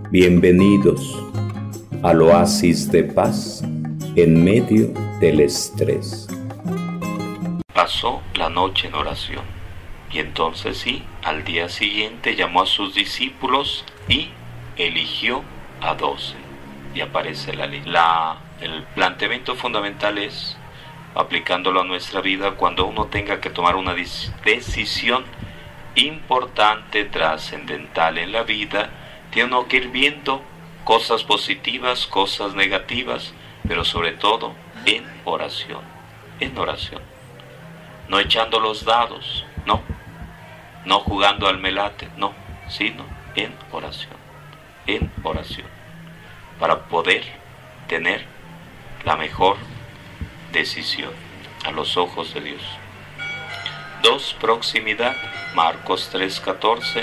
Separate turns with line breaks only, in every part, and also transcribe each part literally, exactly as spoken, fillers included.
Bienvenidos al oasis de paz en medio del estrés.
Pasó la noche en oración y entonces sí, al día siguiente llamó a sus discípulos y eligió a doce. Y aparece la ley. La, el planteamiento fundamental es, aplicándolo a nuestra vida, cuando uno tenga que tomar una decisión importante, trascendental en la vida, tiene uno que ir viendo cosas positivas, cosas negativas, pero sobre todo en oración, en oración. No echando los dados, no, no jugando al melate, no, sino en oración, en oración, para poder tener la mejor decisión a los ojos de Dios. Dos, proximidad, Marcos tres catorce,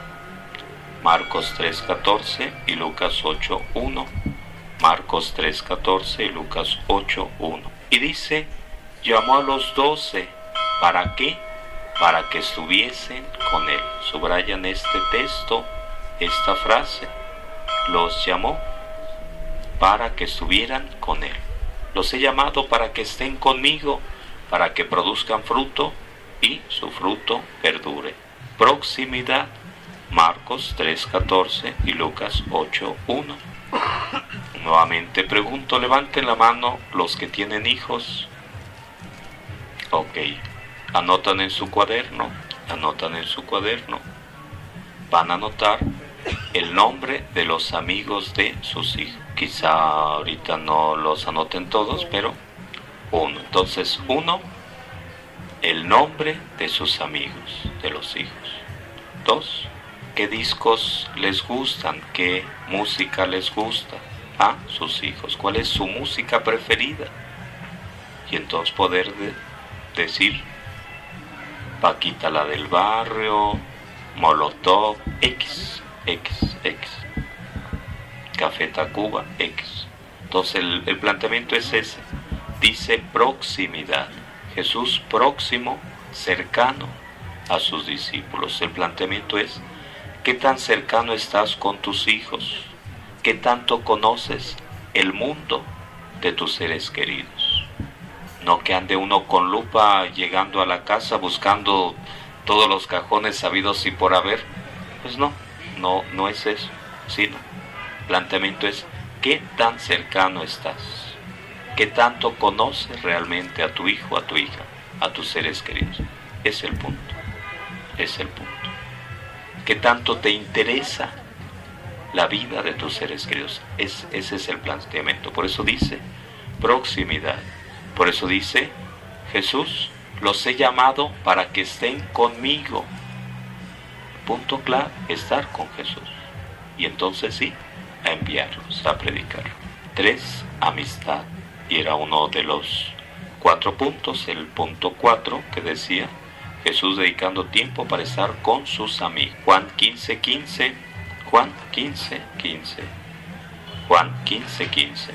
Marcos tres catorce y Lucas ocho uno, Marcos tres catorce y Lucas ocho uno. Y dice, llamó a los doce, ¿para qué? Para que estuviesen con él. Subrayan este texto, esta frase, los llamó para que estuvieran con él. Los he llamado para que estén conmigo, para que produzcan fruto y su fruto perdure. Proximidad, Marcos tres catorce y Lucas ocho uno. Nuevamente pregunto, levanten la mano los que tienen hijos. Ok, anotan en su cuaderno, anotan en su cuaderno. Van a anotar el nombre de los amigos de sus hijos. Quizá ahorita no los anoten todos, pero uno. Entonces, uno, el nombre de sus amigos, de los hijos. Dos, qué discos les gustan, qué música les gusta a sus hijos, cuál es su música preferida. Y entonces poder de, decir, Paquita la del barrio, Molotov, X, X, X. Café Tacuba, X. Entonces el, el planteamiento es ese. Dice proximidad. Jesús próximo, cercano a sus discípulos. El planteamiento es, ¿qué tan cercano estás con tus hijos? ¿Qué tanto conoces el mundo de tus seres queridos? No que ande uno con lupa llegando a la casa buscando todos los cajones sabidos y por haber. Pues no, no, no es eso, sino el planteamiento es, ¿qué tan cercano estás? ¿Qué tanto conoces realmente a tu hijo, a tu hija, a tus seres queridos? Es el punto, es el punto. ¿Qué tanto te interesa la vida de tus seres queridos? Es, ese es el planteamiento. Por eso dice proximidad. Por eso dice Jesús, los he llamado para que estén conmigo. Punto clave, estar con Jesús. Y entonces sí, a enviarlos, a predicar. Tres, amistad. Y era uno de los cuatro puntos, el punto cuatro, que decía Jesús dedicando tiempo para estar con sus amigos. Juan quince quince, Juan quince quince, Juan quince quince.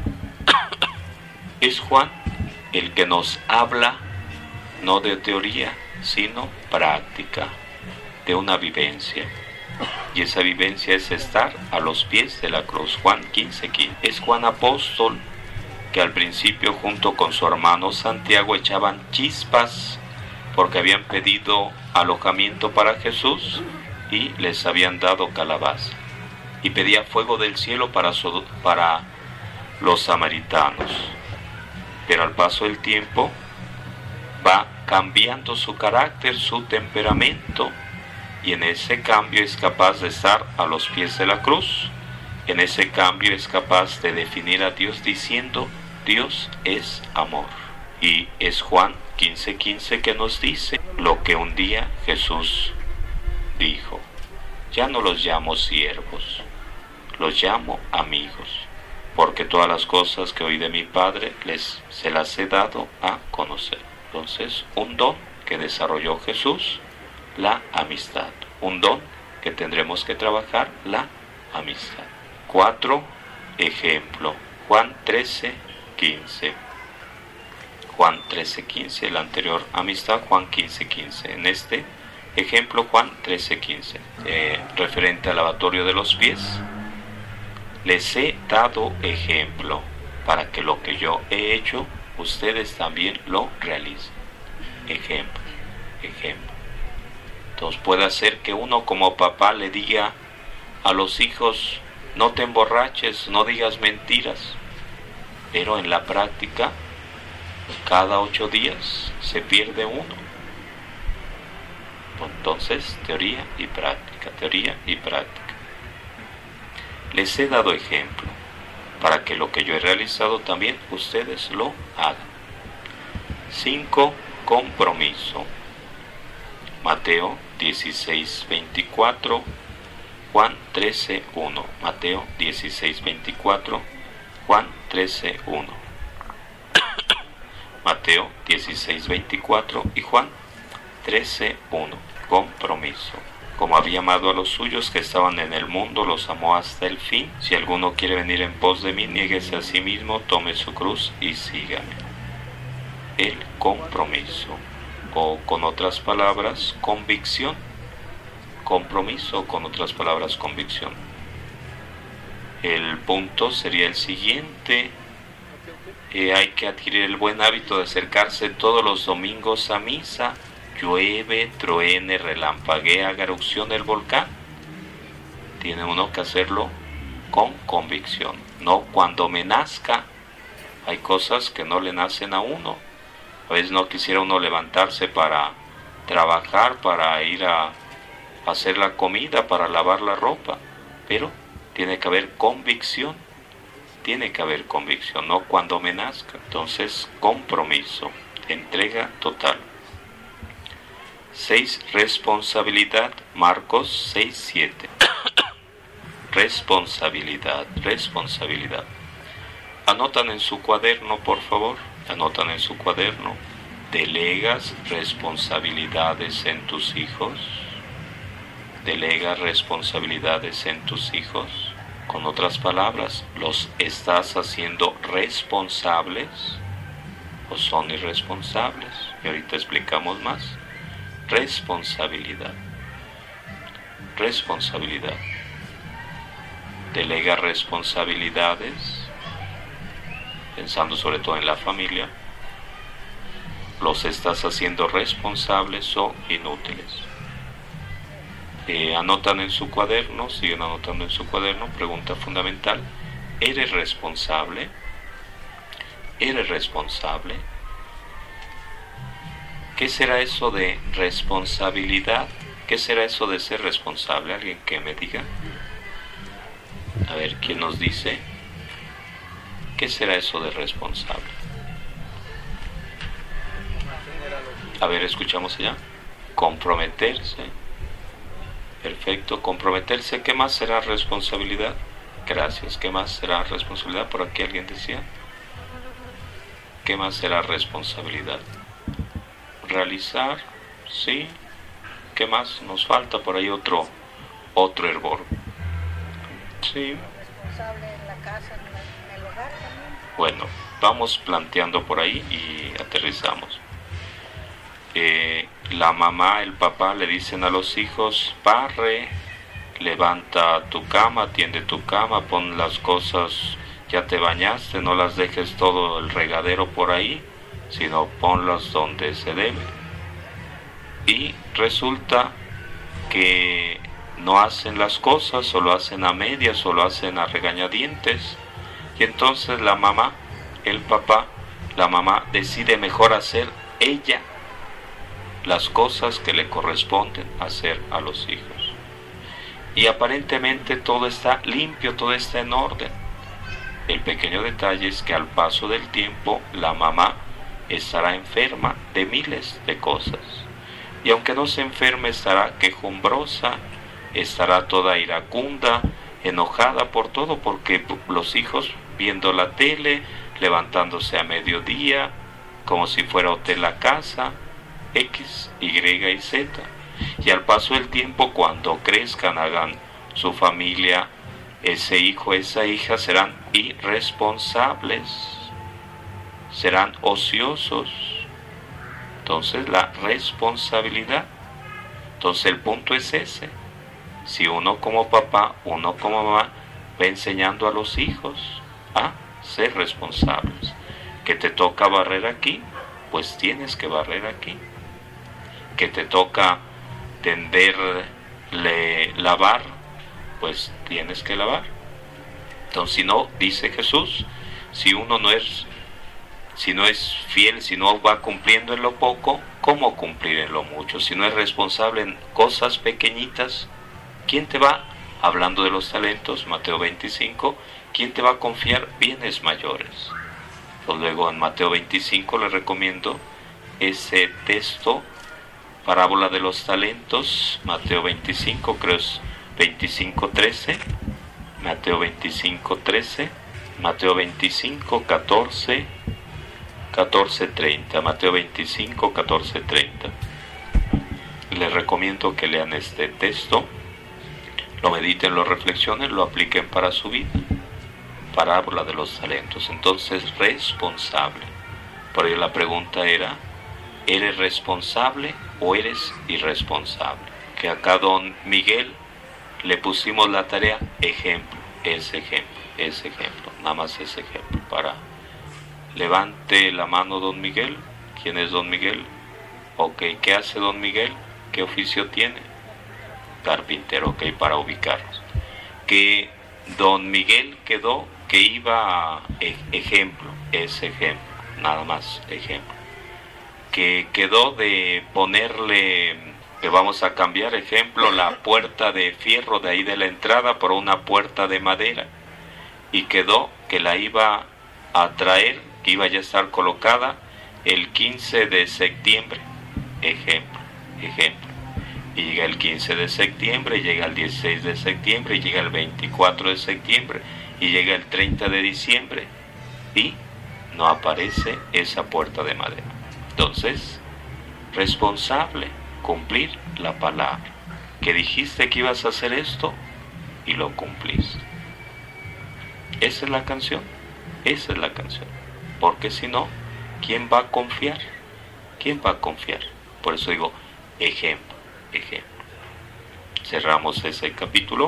Es Juan el que nos habla no de teoría, sino práctica, de una vivencia. Y esa vivencia es estar a los pies de la cruz. Juan quince quince. Es Juan apóstol que al principio junto con su hermano Santiago echaban chispas porque habían pedido alojamiento para Jesús y les habían dado calabaza. Y pedía fuego del cielo para, su, para los samaritanos. Pero al paso del tiempo va cambiando su carácter, su temperamento, y en ese cambio es capaz de estar a los pies de la cruz. En ese cambio es capaz de definir a Dios diciendo, Dios es amor. Y es Juan quince quince que nos dice lo que un día Jesús dijo. Ya no los llamo siervos, los llamo amigos, porque todas las cosas que oí de mi Padre les, se las he dado a conocer. Entonces, un don que desarrolló Jesús, la amistad. Un don que tendremos que trabajar, la amistad. Cuatro, ejemplo. Juan trece quince. Juan trece quince, la anterior amistad, Juan quince quince. En este ejemplo, Juan trece quince, eh, referente al lavatorio de los pies. Les he dado ejemplo para que lo que yo he hecho, ustedes también lo realicen. Ejemplo, ejemplo. Entonces puede ser que uno como papá le diga a los hijos, no te emborraches, no digas mentiras, pero en la práctica, cada ocho días se pierde uno. Entonces, teoría y práctica, teoría y práctica. Les he dado ejemplo para que lo que yo he realizado también ustedes lo hagan. cinco. Compromiso. Mateo dieciséis veinticuatro, Juan trece uno. Mateo dieciséis veinticuatro, Juan trece uno. Mateo dieciséis veinticuatro y Juan trece uno. Compromiso. Como había amado a los suyos que estaban en el mundo, los amó hasta el fin. Si alguno quiere venir en pos de mí, niéguese a sí mismo, tome su cruz y sígame. El compromiso, o con otras palabras, convicción. Compromiso, con otras palabras, convicción. El punto sería el siguiente. Eh, hay que adquirir el buen hábito de acercarse todos los domingos a misa. Llueve, truene, relampaguea, haga erupción el volcán. Tiene uno que hacerlo con convicción, no cuando me nazca. Hay cosas que no le nacen a uno. A veces no quisiera uno levantarse para trabajar, para ir a hacer la comida, para lavar la ropa, pero tiene que haber convicción, tiene que haber convicción, no cuando me nazca. Entonces, compromiso, entrega total. seis. Responsabilidad. Marcos seis siete. Responsabilidad, responsabilidad. Anotan en su cuaderno, por favor, anotan en su cuaderno. ¿Delegas responsabilidades en tus hijos? ¿Delegas responsabilidades en tus hijos? Con otras palabras, ¿los estás haciendo responsables o son irresponsables? Y ahorita explicamos más. Responsabilidad. Responsabilidad. Delega responsabilidades, pensando sobre todo en la familia. ¿Los estás haciendo responsables o inútiles? Eh, anotan en su cuaderno, siguen anotando en su cuaderno. Pregunta fundamental: ¿eres responsable? ¿Eres responsable? ¿Qué será eso de responsabilidad? ¿Qué será eso de ser responsable? ¿Alguien que me diga? A ver, ¿quién nos dice? ¿Qué será eso de responsable? A ver, escuchamos allá. Comprometerse. Perfecto, comprometerse. ¿Qué más será responsabilidad? Gracias. ¿Qué más será responsabilidad? Por aquí alguien decía. ¿Qué más será responsabilidad? Realizar, sí. ¿Qué más nos falta? Por ahí otro, otro hervor. Sí.
Responsable en la casa, en el hogar también.
Bueno, vamos planteando por ahí y aterrizamos. Eh, la mamá, el papá le dicen a los hijos: barre, levanta tu cama, tiende tu cama, pon las cosas, ya te bañaste, no las dejes todo el regadero por ahí, sino ponlas donde se debe. Y resulta que no hacen las cosas, o lo hacen a medias, o lo hacen a regañadientes. Y entonces la mamá, el papá, la mamá decide mejor hacer ella las cosas que le corresponden hacer a los hijos. Y aparentemente todo está limpio, todo está en orden. El pequeño detalle es que al paso del tiempo la mamá estará enferma de miles de cosas. Y aunque no se enferme, estará quejumbrosa, estará toda iracunda, enojada por todo, porque los hijos viendo la tele, levantándose a mediodía, como si fuera hotel la casa, X, Y y Z. Y al paso del tiempo, cuando crezcan, hagan su familia, ese hijo, esa hija serán irresponsables, serán ociosos. Entonces la responsabilidad. Entonces el punto es ese. Si uno como papá, uno como mamá, va enseñando a los hijos a ser responsables. Que te toca barrer aquí, pues tienes que barrer aquí. Que te toca tenderle, lavar, pues tienes que lavar. Entonces, si no, dice Jesús, si uno no es, si no es fiel, si no va cumpliendo en lo poco, ¿cómo cumplir en lo mucho? Si no es responsable en cosas pequeñitas, ¿quién te va, hablando de los talentos, Mateo veinticinco, quién te va a confiar bienes mayores? Pues luego en Mateo veinticinco les recomiendo ese texto, parábola de los talentos, Mateo veinticinco, creo es veinticinco trece, Mateo veinticinco trece, Mateo veinticinco catorce, catorce treinta, Mateo veinticinco catorce treinta. Les recomiendo que lean este texto, lo mediten, lo reflexionen, lo apliquen para su vida. Parábola de los talentos. Entonces, responsable. Por ello la pregunta era, ¿eres responsable o eres irresponsable? Que acá don Miguel le pusimos la tarea ejemplo, ese ejemplo, ese ejemplo, nada más ese ejemplo. Para, levante la mano don Miguel. ¿Quién es don Miguel? Ok, ¿qué hace don Miguel? ¿Qué oficio tiene? Carpintero, ok, para ubicarnos. Que don Miguel quedó que iba a ejemplo, ese ejemplo, nada más ejemplo. Que quedó de ponerle, que vamos a cambiar, ejemplo, la puerta de fierro de ahí de la entrada por una puerta de madera. Y quedó que la iba a traer, que iba ya a estar colocada el quince de septiembre, ejemplo, ejemplo. Y llega el quince de septiembre, llega el dieciséis de septiembre, y llega el veinticuatro de septiembre, y llega el treinta de diciembre, y no aparece esa puerta de madera. Entonces, responsable, cumplir la palabra. Que dijiste que ibas a hacer esto, y lo cumpliste. Esa es la canción, esa es la canción. Porque si no, ¿quién va a confiar? ¿Quién va a confiar? Por eso digo, ejemplo. Ejemplo. Cerramos ese capítulo.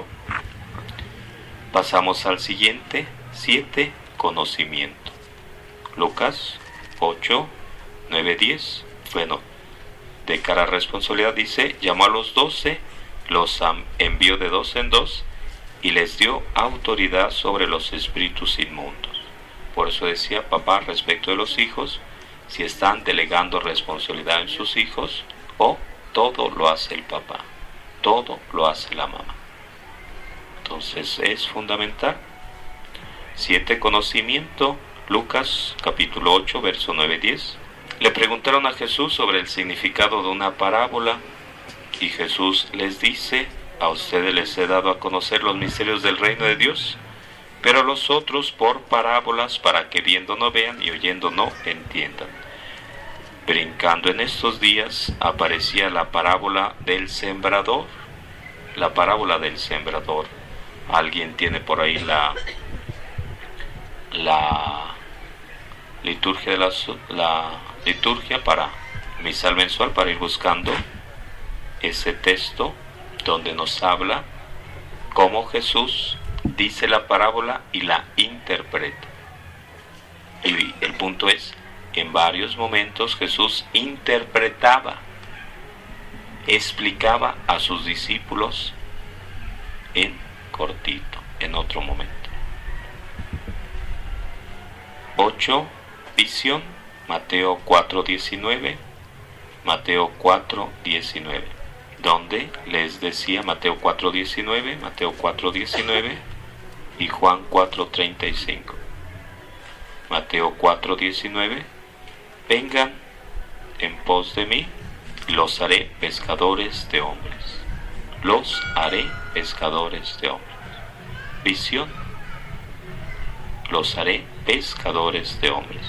Pasamos al siguiente, siete, conocimiento. Lucas ocho, nueve, diez. Bueno, de cara a responsabilidad dice, llamó a los doce, los envió de dos en dos y les dio autoridad sobre los espíritus inmundos. Por eso decía papá respecto de los hijos, si están delegando responsabilidad en sus hijos o todo lo hace el papá, todo lo hace la mamá. Entonces es fundamental. Siete, conocimiento. Lucas capítulo ocho, verso nueve, diez. Le preguntaron a Jesús sobre el significado de una parábola y Jesús les dice, a ustedes les he dado a conocer los misterios del reino de Dios, pero a los otros por parábolas, para que viendo no vean y oyendo no entiendan. Brincando en estos días aparecía la parábola del sembrador. La parábola del sembrador. ¿Alguien tiene por ahí la, la liturgia de la, la liturgia para misal mensual, para ir buscando ese texto donde nos habla cómo Jesús dice la parábola y la interpreta? Y el punto es, en varios momentos Jesús interpretaba, explicaba a sus discípulos en cortito, en otro momento. ocho. Visión, Mateo cuatro, diecinueve. Mateo cuatro, diecinueve. Donde les decía Mateo cuatro, diecinueve, Mateo cuatro, diecinueve y Juan cuatro, treinta y cinco. Mateo cuatro, diecinueve. Vengan en pos de mí, los haré pescadores de hombres. Los haré pescadores de hombres. Visión, los haré pescadores de hombres.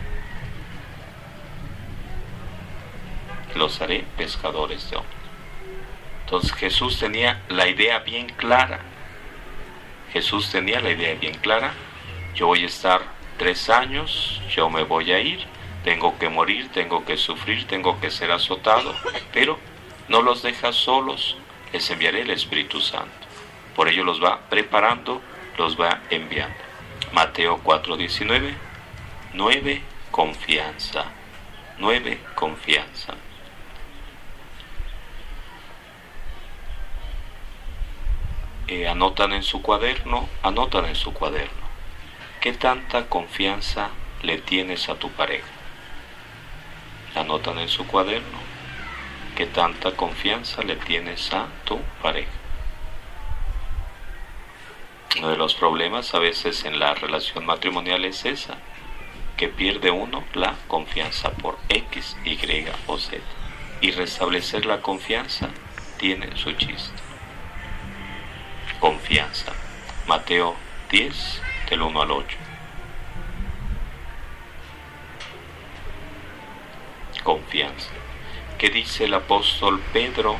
Los haré pescadores de hombres. Entonces Jesús tenía la idea bien clara. Jesús tenía la idea bien clara. Yo voy a estar tres años, yo me voy a ir. Tengo que morir, tengo que sufrir, tengo que ser azotado, pero no los deja solos, les enviaré el Espíritu Santo. Por ello los va preparando, los va enviando. Mateo cuatro diecinueve. nueve. Confianza. nueve. Confianza. Eh, anotan en su cuaderno, anotan en su cuaderno. ¿Qué tanta confianza le tienes a tu pareja? Anotan en su cuaderno. ¿Qué tanta confianza le tienes a tu pareja? Uno de los problemas a veces en la relación matrimonial es esa, que pierde uno la confianza por X, Y o Z. Y restablecer la confianza tiene su chiste. Confianza. Mateo diez, del uno al ocho. Confianza. ¿Qué dice el apóstol Pedro?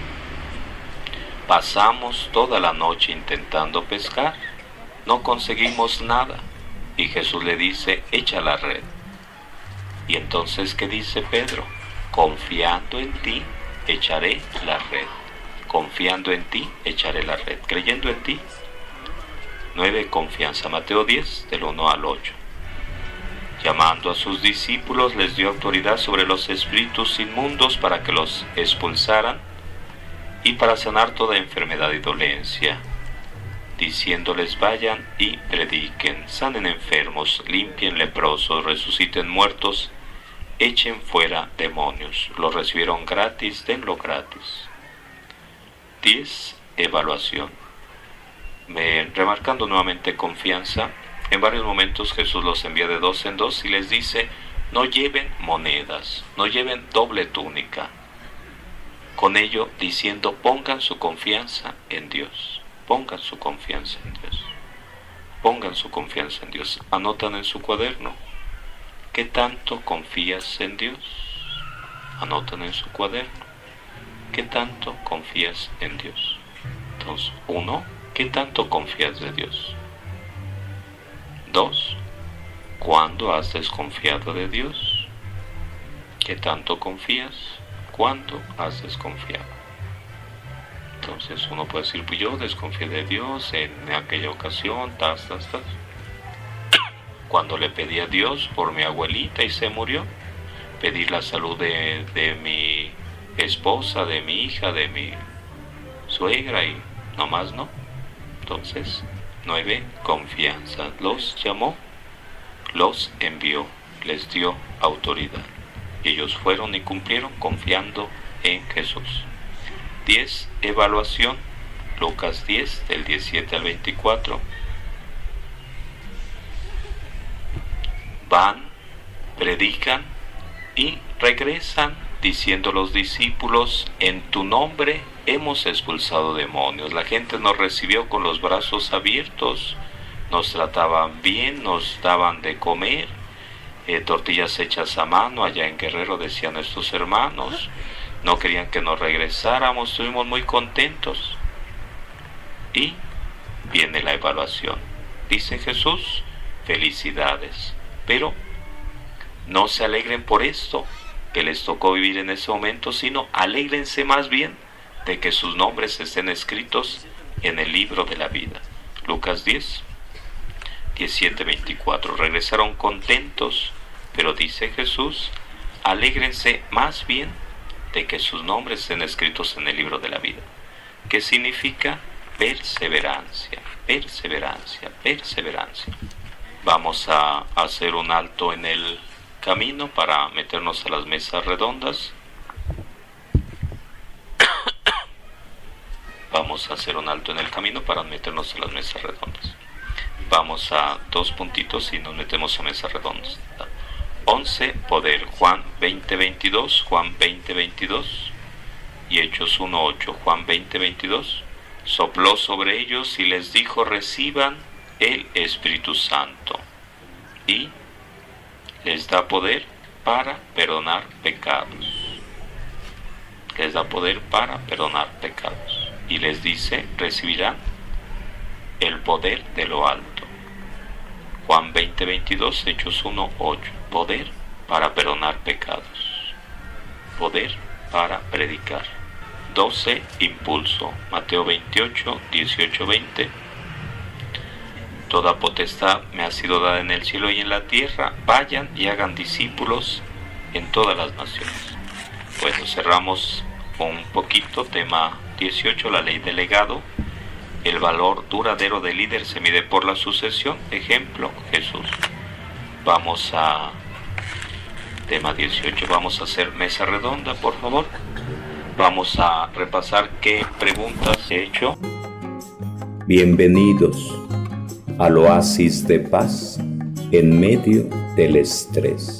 Pasamos toda la noche intentando pescar, no conseguimos nada. Y Jesús le dice, echa la red. Y entonces, ¿qué dice Pedro? Confiando en ti, echaré la red. Confiando en ti, echaré la red. Creyendo en ti. nueve. Confianza. Mateo diez, del uno al ocho. Llamando a sus discípulos, les dio autoridad sobre los espíritus inmundos para que los expulsaran y para sanar toda enfermedad y dolencia, diciéndoles, vayan y prediquen, sanen enfermos, limpien leprosos, resuciten muertos, echen fuera demonios. Lo recibieron gratis, denlo gratis. diez. Evaluación. Me, remarcando nuevamente confianza, en varios momentos Jesús los envía de dos en dos y les dice, no lleven monedas, no lleven doble túnica. Con ello diciendo, pongan su confianza en Dios. Pongan su confianza en Dios. Pongan su confianza en Dios. Anotan en su cuaderno. ¿Qué tanto confías en Dios? Anotan en su cuaderno. ¿Qué tanto confías en Dios? Entonces, uno, ¿qué tanto confías de Dios? Dos, ¿cuándo has desconfiado de Dios? ¿Qué tanto confías? ¿Cuándo has desconfiado? Entonces uno puede decir, pues yo desconfié de Dios en aquella ocasión, tas, tas, tas. Cuando le pedí a Dios por mi abuelita y se murió, pedí la salud de, de mi esposa, de mi hija, de mi suegra y nomás no. Entonces, nueve, confianza. Los llamó, los envió, les dio autoridad. Y ellos fueron y cumplieron confiando en Jesús. diez. Evaluación. Lucas diez, del diecisiete al veinticuatro. Van, predican y regresan diciendo los discípulos, en tu nombre hemos expulsado demonios. La gente nos recibió con los brazos abiertos, nos trataban bien, nos daban de comer, eh, tortillas hechas a mano, allá en Guerrero decían nuestros hermanos, no querían que nos regresáramos, estuvimos muy contentos. Y viene la evaluación. Dice Jesús, felicidades, pero no se alegren por esto que les tocó vivir en ese momento, sino alégrense más bien de que sus nombres estén escritos en el libro de la vida. Lucas diez, diecisiete, veinticuatro. Regresaron contentos, pero dice Jesús, alégrense más bien de que sus nombres estén escritos en el libro de la vida. ¿Qué significa? Perseverancia, perseverancia, perseverancia. Vamos a hacer un alto en el camino para meternos a las mesas redondas. Vamos a hacer un alto en el camino para meternos a las mesas redondas. Vamos a dos puntitos y nos metemos a mesas redondas. once, poder. Juan veinte, veintidós, Juan veinte, veintidós y Hechos uno, ocho. Juan veinte, veintidós. Sopló sobre ellos y les dijo, reciban el Espíritu Santo. Y les da poder para perdonar pecados. Les da poder para perdonar pecados. Y les dice, recibirán el poder de lo alto. Juan veinte, veintidós, Hechos uno, ocho. Poder para perdonar pecados. Poder para predicar. doce, impulso. Mateo veintiocho, dieciocho, veinte. Toda potestad me ha sido dada en el cielo y en la tierra. Vayan y hagan discípulos en todas las naciones. Bueno, cerramos un poquito, tema dieciocho, la ley del legado. El valor duradero del líder se mide por la sucesión. Ejemplo, Jesús. Vamos a... Tema dieciocho, vamos a hacer mesa redonda, por favor. Vamos a repasar qué preguntas he hecho.
Bienvenidos al oasis de paz en medio del estrés.